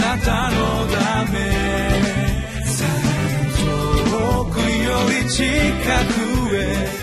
なたのため遠くより近くへ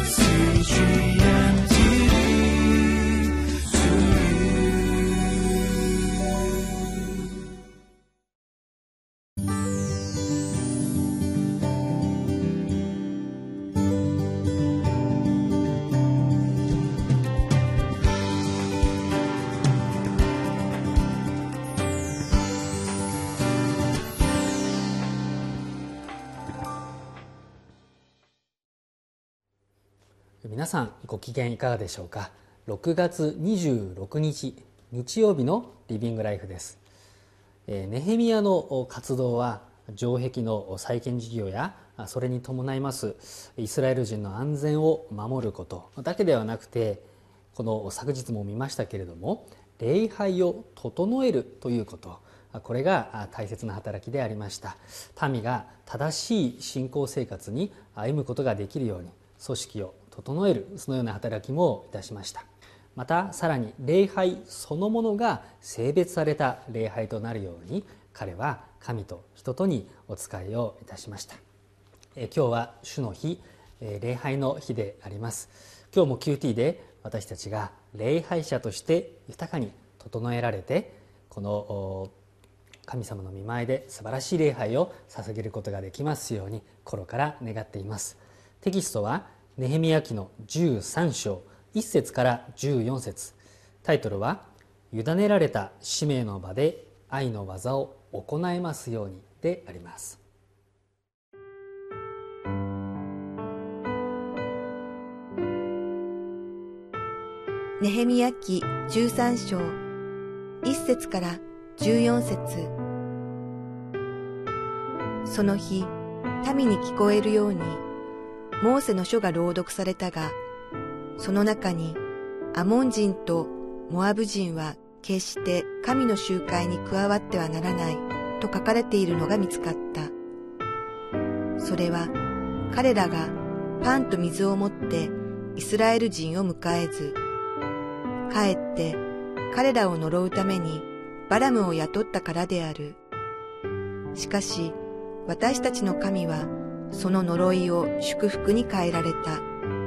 皆さんご機嫌いかがでしょうか。6月26日日曜日のリビングライフです。ネヘミヤの活動は城壁の再建事業やそれに伴いますイスラエル人の安全を守ることだけではなくて、この昨日も見ましたけれども礼拝を整えるということ、これが大切な働きでありました。民が正しい信仰生活に歩むことができるように組織を整える、そのような働きもいたしました。またさらに礼拝そのものが性別された礼拝となるように、彼は神と人とにお仕えをいたしました。今日は主の日、礼拝の日であります。今日も QT で私たちが礼拝者として豊かに整えられて、この神様の御前で素晴らしい礼拝を捧げることができますように心から願っています。テキストはネヘミヤ記の13章1節から14節、タイトルは委ねられた使命の場で愛の技を行えますようにであります。 ネヘミヤ記13章1節から14節。その日、民に聞こえるようにモーセの書が朗読されたが、その中にアモン人とモアブ人は決して神の集会に加わってはならないと書かれているのが見つかった。それは彼らがパンと水を持ってイスラエル人を迎えず、かえって彼らを呪うためにバラムを雇ったからである。しかし私たちの神はその呪いを祝福に変えられた。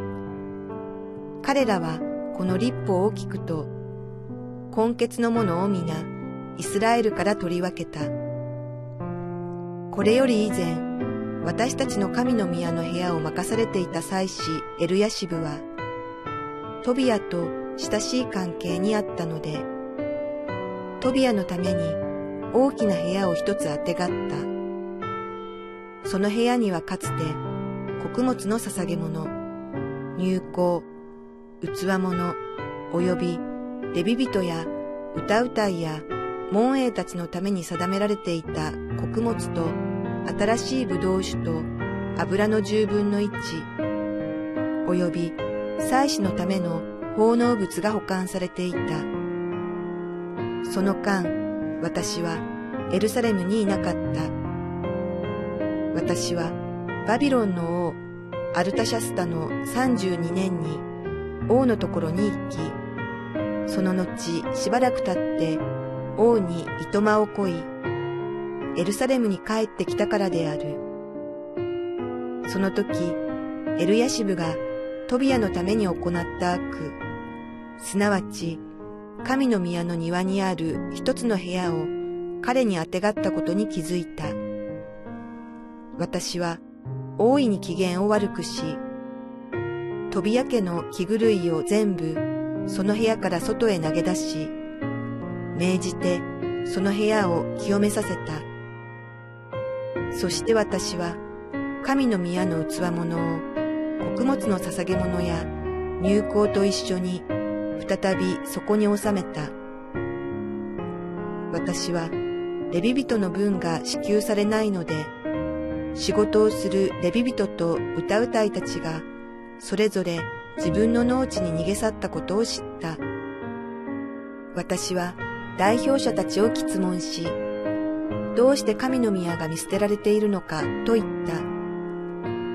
彼らはこの律法を聞くと、根血のものを皆イスラエルから取り分けた。これより以前、私たちの神の宮の部屋を任されていた祭司エルヤシブは、トビアと親しい関係にあったので、トビアのために大きな部屋を一つあてがった。その部屋にはかつて穀物の捧げ物、乳香、器物、およびレビ人や歌うたいや門営たちのために定められていた穀物と新しいブドウ酒と油の10分の1、および祭司のための奉納物が保管されていた。その間、私はエルサレムにいなかった。私はバビロンの王アルタシャスタの32年に王のところに行き、その後しばらく経って王にいとまをこい、エルサレムに帰ってきたからである。その時、エルヤシブがトビアのために行った悪、すなわち神の宮の庭にある一つの部屋を彼にあてがったことに気づいた。私は大いに機嫌を悪くし、トビア家の器具類を全部その部屋から外へ投げ出し、命じてその部屋を清めさせた。そして私は神の宮の器物を穀物の捧げ物や乳香と一緒に再びそこに収めた。私はレビ人の分が支給されないので、仕事をするレビ人と歌うたいたちがそれぞれ自分の農地に逃げ去ったことを知った。私は代表者たちを詰問し、どうして神の宮が見捨てられているのかと言った。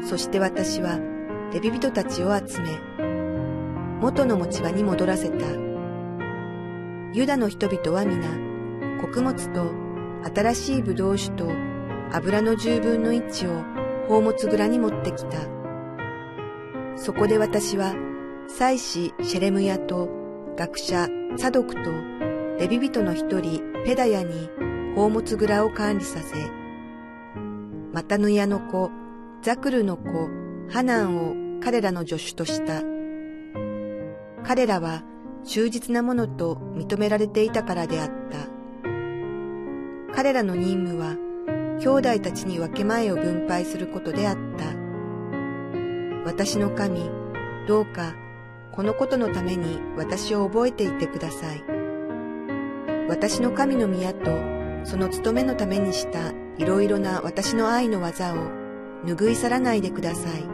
そして私はレビ人たちを集め、元の持ち場に戻らせた。ユダの人々は皆、穀物と新しいブドウ酒と油の10分の1を宝物蔵に持ってきた。そこで私は祭司シェレムヤと学者サドクとレビ人の一人ペダヤに宝物蔵を管理させ、マタヌヤの子ザクルの子ハナンを彼らの助手とした。彼らは忠実なものと認められていたからであった。彼らの任務は兄弟たちに分け前を分配することであった。私の神、どうかこのことのために私を覚えていてください。私の神の宮とその務めのためにしたいろいろな私の愛の技を拭い去らないでください。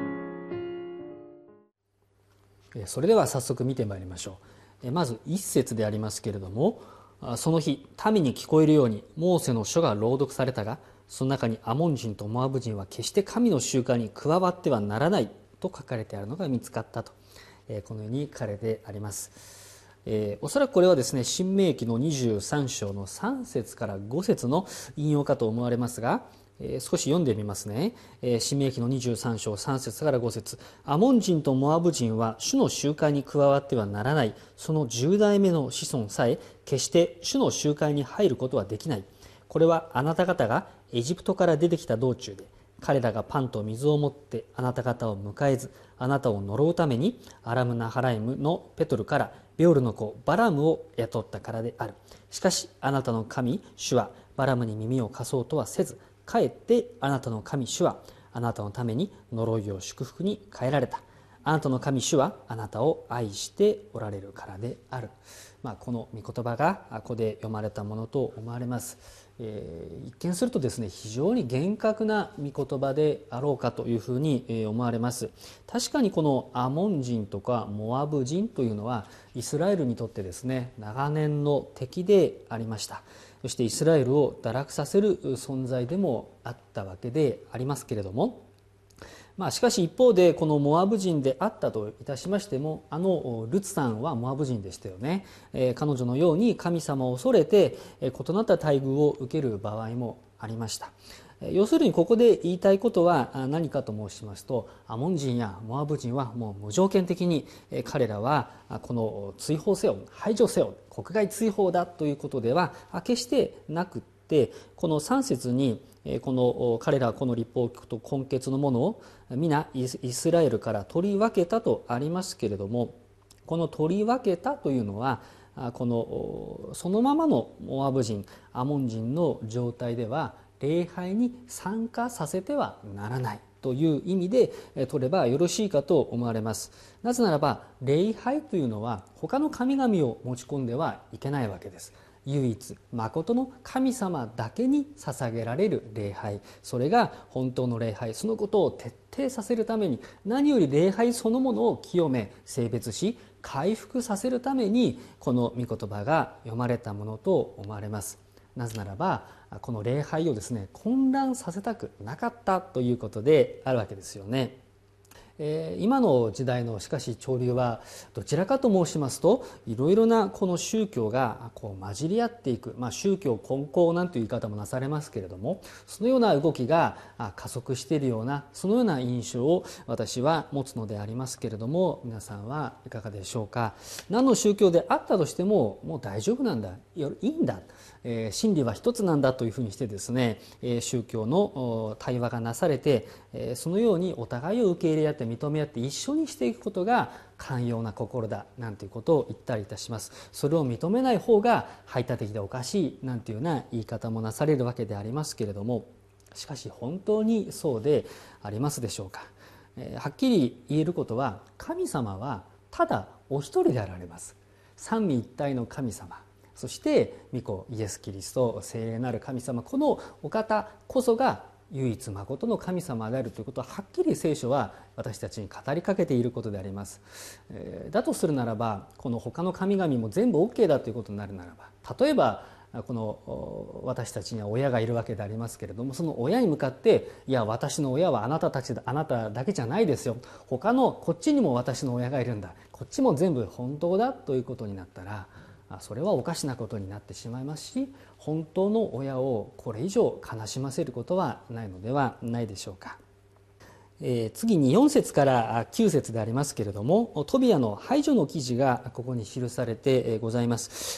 それでは早速見てまいりましょう。まず一節でありますけれども、その日民に聞こえるようにモーセの書が朗読されたが、その中にアモン人とモアブ人は決して神の習慣に加わってはならないと書かれてあるのが見つかったと、このように書かれてあります。おそらくこれはですね、申命記の23章の3節から5節の引用かと思われますが、少し読んでみますね。申命記の23章3節から5節、アモン人とモアブ人は主の集会に加わってはならない。その10代目の子孫さえ決して主の集会に入ることはできない。これはあなた方がエジプトから出てきた道中で、彼らがパンと水を持ってあなた方を迎えず、あなたを呪うためにアラムナハライムのペトルからベオルの子バラムを雇ったからである。しかしあなたの神主はバラムに耳を貸そうとはせず、かえってあなたの神主はあなたのために呪いを祝福に変えられた。あなたの神主はあなたを愛しておられるからである。この御言葉がここで読まれたものと思われます。一見するとですね、非常に厳格な御言葉であろうかというふうに思われます。確かにこのアモン人とかモアブ人というのはイスラエルにとってですね、長年の敵でありました。そしてイスラエルを堕落させる存在でもあったわけでありますけれども、しかし一方でこのモアブ人であったといたしましても、ルツさんはモアブ人でしたよね。彼女のように神様を恐れて異なった待遇を受ける場合もありました。要するにここで言いたいことは何かと申しますと、アモン人やモアブ人はもう無条件的に彼らはこの追放せよ、排除せよ、国外追放だということでは決してなくって、この3節にこの彼らはこの律法と根血のものを皆イスラエルから取り分けたとありますけれども、この取り分けたというのはそのままのモアブ人アモン人の状態では礼拝に参加させてはならないという意味で取ればよろしいかと思われます。なぜならば礼拝というのは他の神々を持ち込んではいけないわけです。唯一誠の神様だけに捧げられる礼拝、それが本当の礼拝、そのことを徹底させるために何より礼拝そのものを清め聖別し回復させるためにこの御言葉が読まれたものと思われます。なぜならばこの礼拝をですね、混乱させたくなかったということであるわけですよね。今の時代のしかし潮流はどちらかと申しますと、いろいろなこの宗教が混じり合っていく、宗教混交なんていう言い方もなされますけれども、そのような動きが加速しているような、そのような印象を私は持つのでありますけれども、皆さんはいかがでしょうか。何の宗教であったとしてももう大丈夫なんだ、いいんだ、真理は一つなんだというふうにしてですね、宗教の対話がなされて、そのようにお互いを受け入れ合って認め合って一緒にしていくことが寛容な心だなんていうことを言ったりいたします。それを認めない方が排他的でおかしいなんていうような言い方もなされるわけでありますけれども、しかし本当にそうでありますでしょうか。はっきり言えることは、神様はただお一人であられます。三位一体の神様、そして御子イエス・キリスト聖霊なる神様、このお方こそが唯一誠の神様であるということははっきり聖書は私たちに語りかけていることであります。だとするならば、この他の神々も全部 OK だということになるならば、例えばこの私たちには親がいるわけでありますけれども、その親に向かって、いや私の親はあなたたちだ、あなただけじゃないですよ、他のこっちにも私の親がいるんだ、こっちも全部本当だということになったら、 それはおかしなことになってしまいますし、本当の親をこれ以上悲しませることはないのではないでしょうか。次に4節から9節でありますけれども、トビアの排除の記事がここに記されてございます。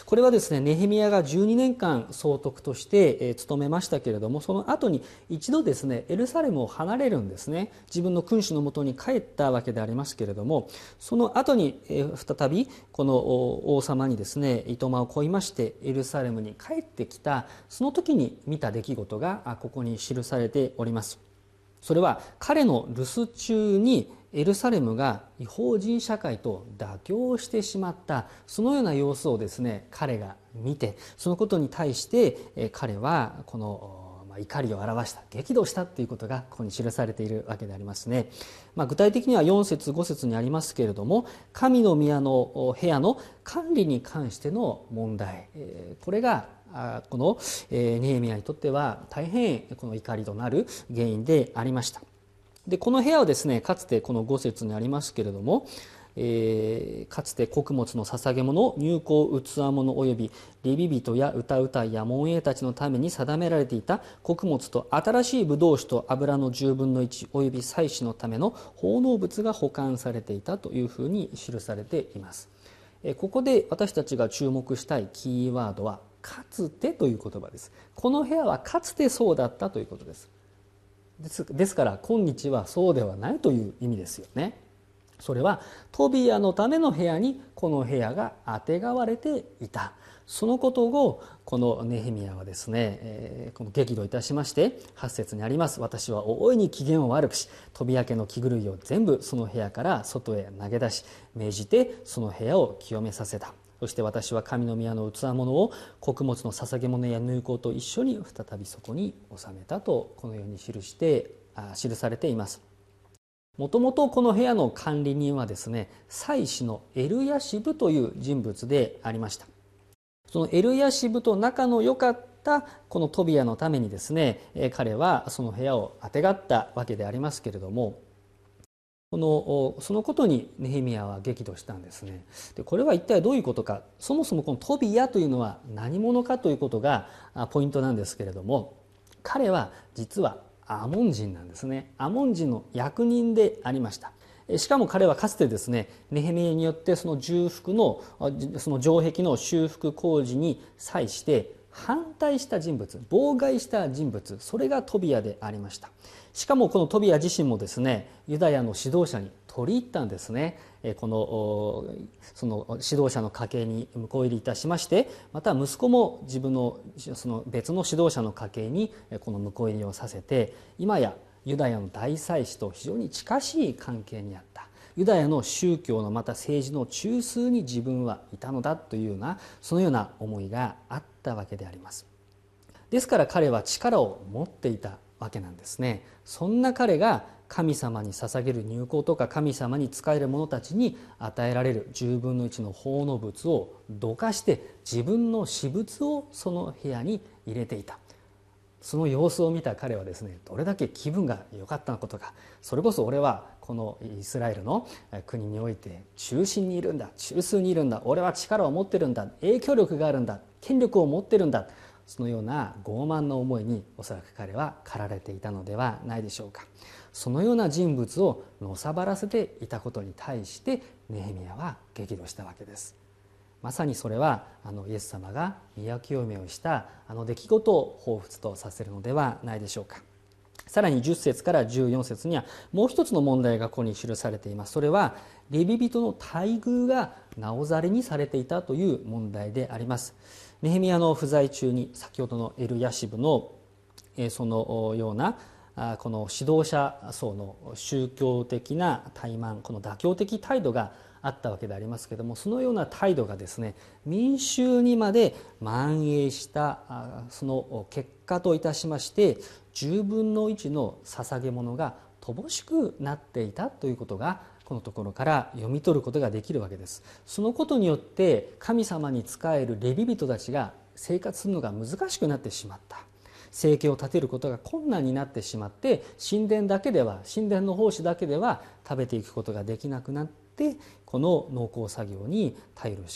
これはですね、ネヘミヤが12年間総督として務めましたけれども、その後に一度ですね、エルサレムを離れるんですね。自分の君主のもとに帰ったわけでありますけれども、その後に再びこの王様にですね、いとまを乞いましてエルサレムに帰ってきた、その時に見た出来事がここに記されております。それは彼の留守中にエルサレムが異邦人社会と妥協してしまった、そのような様子をですね、彼が見て、そのことに対して彼はこの怒りを表した、激怒したということがここに記されているわけでありますね。具体的には4節5節にありますけれども、神の宮の部屋の管理に関しての問題、これがこのネヘミヤにとっては大変この怒りとなる原因でありました。でこの部屋はですね、かつてこの5節にありますけれども、かつて穀物の捧げ物、入香器物およびレビ人や歌うたいや門営たちのために定められていた穀物と新しいブドウ酒と油の10分の1および祭祀のための奉納物が保管されていたというふうに記されています。ここで私たちが注目したいキーワードはかつてという言葉です。この部屋はかつてそうだったということです。ですから今日はそうではないという意味ですよね。それはトビアのための部屋にこの部屋があてがわれていた。そのことをこのネヘミヤはですね、この激怒いたしまして8節にあります。私は大いに機嫌を悪くし、トビア家の器具類を全部その部屋から外へ投げ出し、命じてその部屋を清めさせた。そして私は神の宮の器物を穀物の捧げ物や入香と一緒に再びそこに収めたと、このように記されています。もともとこの部屋の管理人はですね、祭司のエルヤシブという人物でありました。そのエルヤシブと仲の良かったこのトビアのためにですね、彼はその部屋をあてがったわけでありますけれども、そのことにネヘミヤは激怒したんですね。でこれは一体どういうことか。そもそもこのトビアというのは何者かということがポイントなんですけれども、彼は実はアモン人なんですね。アモン人の役人でありました。しかも彼はかつてですね、ネヘミヤによってその城壁の修復工事に際して反対した人物、妨害した人物、それがトビアでありました。しかもこのトビア自身もですね、ユダヤの指導者に取り入ったんですね。その指導者の家系に婿入りいたしまして、また息子も自分のその別の指導者の家系にこの婿入りをさせて、今やユダヤの大祭司と非常に近しい関係にあった。ユダヤの宗教のまた政治の中枢に自分はいたのだというような、そのような思いがあったわけであります。ですから彼は力を持っていたわけなんですね。そんな彼が神様に捧げる入香とか神様に仕える者たちに与えられる10分の1の奉納物をどかして自分の私物をその部屋に入れていた。その様子を見た彼はですね、どれだけ気分が良かったことか。それこそ俺はこのイスラエルの国において中心にいるんだ、中枢にいるんだ、俺は力を持ってるんだ、影響力があるんだ、権力を持ってるんだ、そのような傲慢な思いにおそらく彼は駆られていたのではないでしょうか。そのような人物をのさばらせていたことに対してネヘミヤは激怒したわけです。まさにそれはイエス様が宮清めをした出来事を彷彿とさせるのではないでしょうか。さらに10節から14節にはもう一つの問題がここに記されています。それはレビ人の待遇がなおざりにされていたという問題であります。ネヘミヤの不在中に先ほどのエルヤシブのそのようなこの指導者層の宗教的な怠慢、この妥協的態度があったわけでありますけれども、そのような態度がですね、民衆にまで蔓延したその結果といたしまして10分の1の捧げ物が乏しくなっていたということがこのところから読み取ることができるわけです。そのことによって神様に仕えるレビ人たちが生活するのが難しくなってしまった。生計を立てることが困難になってしまって、神殿の奉仕だけでは食べていくことができなくなって、この農耕作業に頼るしか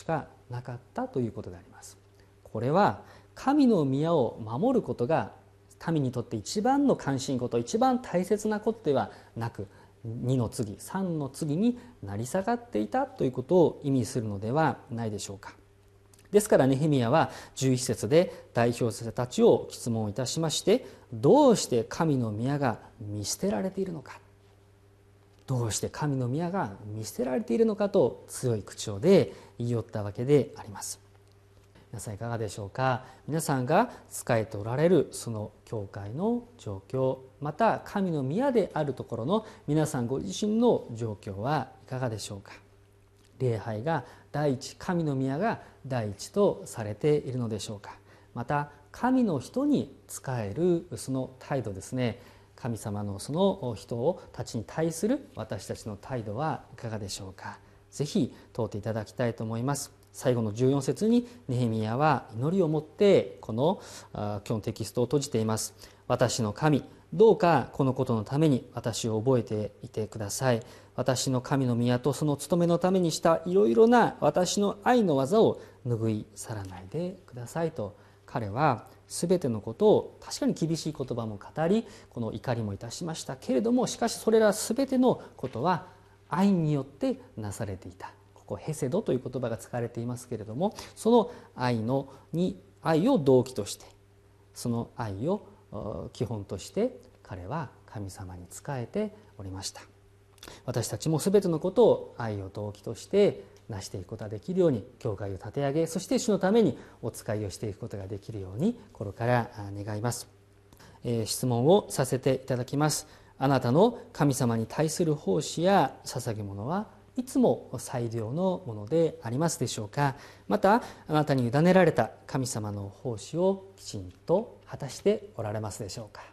なかったということであります。これは神の宮を守ることが民にとって一番の関心事、一番大切なことではなく、2の次3の次に成り下がっていたということを意味するのではないでしょうか。ですからネヘミヤは11節で代表者たちを質問いたしまして、どうして神の宮が見捨てられているのか、どうして神の宮が見捨てられているのかと強い口調で言い寄ったわけであります。皆さんいかがでしょうか。皆さんが仕えておられるその教会の状況、また神の宮であるところの皆さんご自身の状況はいかがでしょうか。礼拝が第一、神の宮が第一とされているのでしょうか。また神の人に仕えるその態度ですね、神様のその人たちに対する私たちの態度はいかがでしょうか。ぜひ問うていただきたいと思います。最後の14節にネヘミヤは祈りを持ってこの今日のテキストを閉じています。私の神、どうかこのことのために私を覚えていてください。私の神の宮とその務めのためにしたいろいろな私の愛の技を拭い去らないでくださいと、彼は全てのことを確かに厳しい言葉も語り、この怒りもいたしましたけれども、しかしそれら全てのことは愛によってなされていた。ここヘセドという言葉が使われていますけれども、その愛を動機として、その愛を基本として彼は神様に仕えておりました。私たちも全てのことを愛を動機として成していくことができるように教会を立て上げ、そして主のためにお使いをしていくことができるように心から願います。質問をさせていただきます。あなたの神様に対する奉仕や捧げ物はいつも最良のものでありますでしょうか。またあなたに委ねられた神様の奉仕をきちんと果たしておられますでしょうか。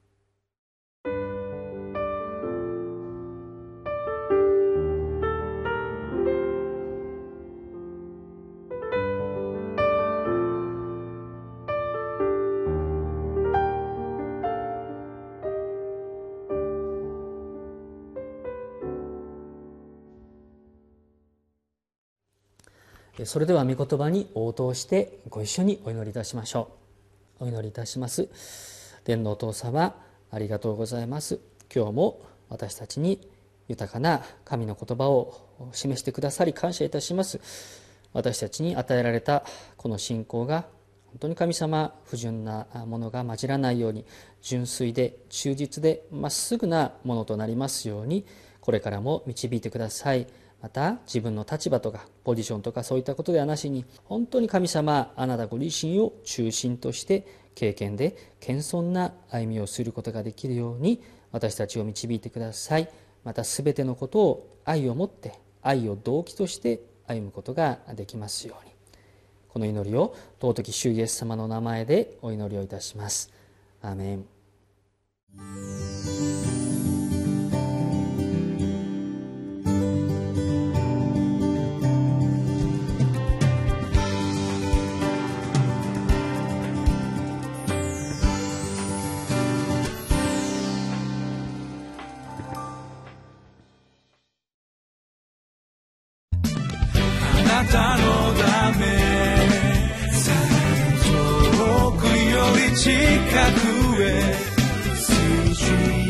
それでは御言葉に応答してご一緒にお祈りいたしましょう。お祈りいたします。天のお父様、ありがとうございます。今日も私たちに豊かな神の言葉を示してくださり感謝いたします。私たちに与えられたこの信仰が本当に神様、不純なものが混じらないように純粋で忠実でまっすぐなものとなりますように、これからも導いてください。また自分の立場とかポジションとかそういったことではなしに、本当に神様、あなたご自身を中心として敬虔で謙遜な歩みをすることができるように私たちを導いてください。またすべてのことを愛を持って愛を動機として歩むことができますように、この祈りを尊き主イエス様の名前でお祈りをいたします。アーメン。 あなたのため遠くより近くへ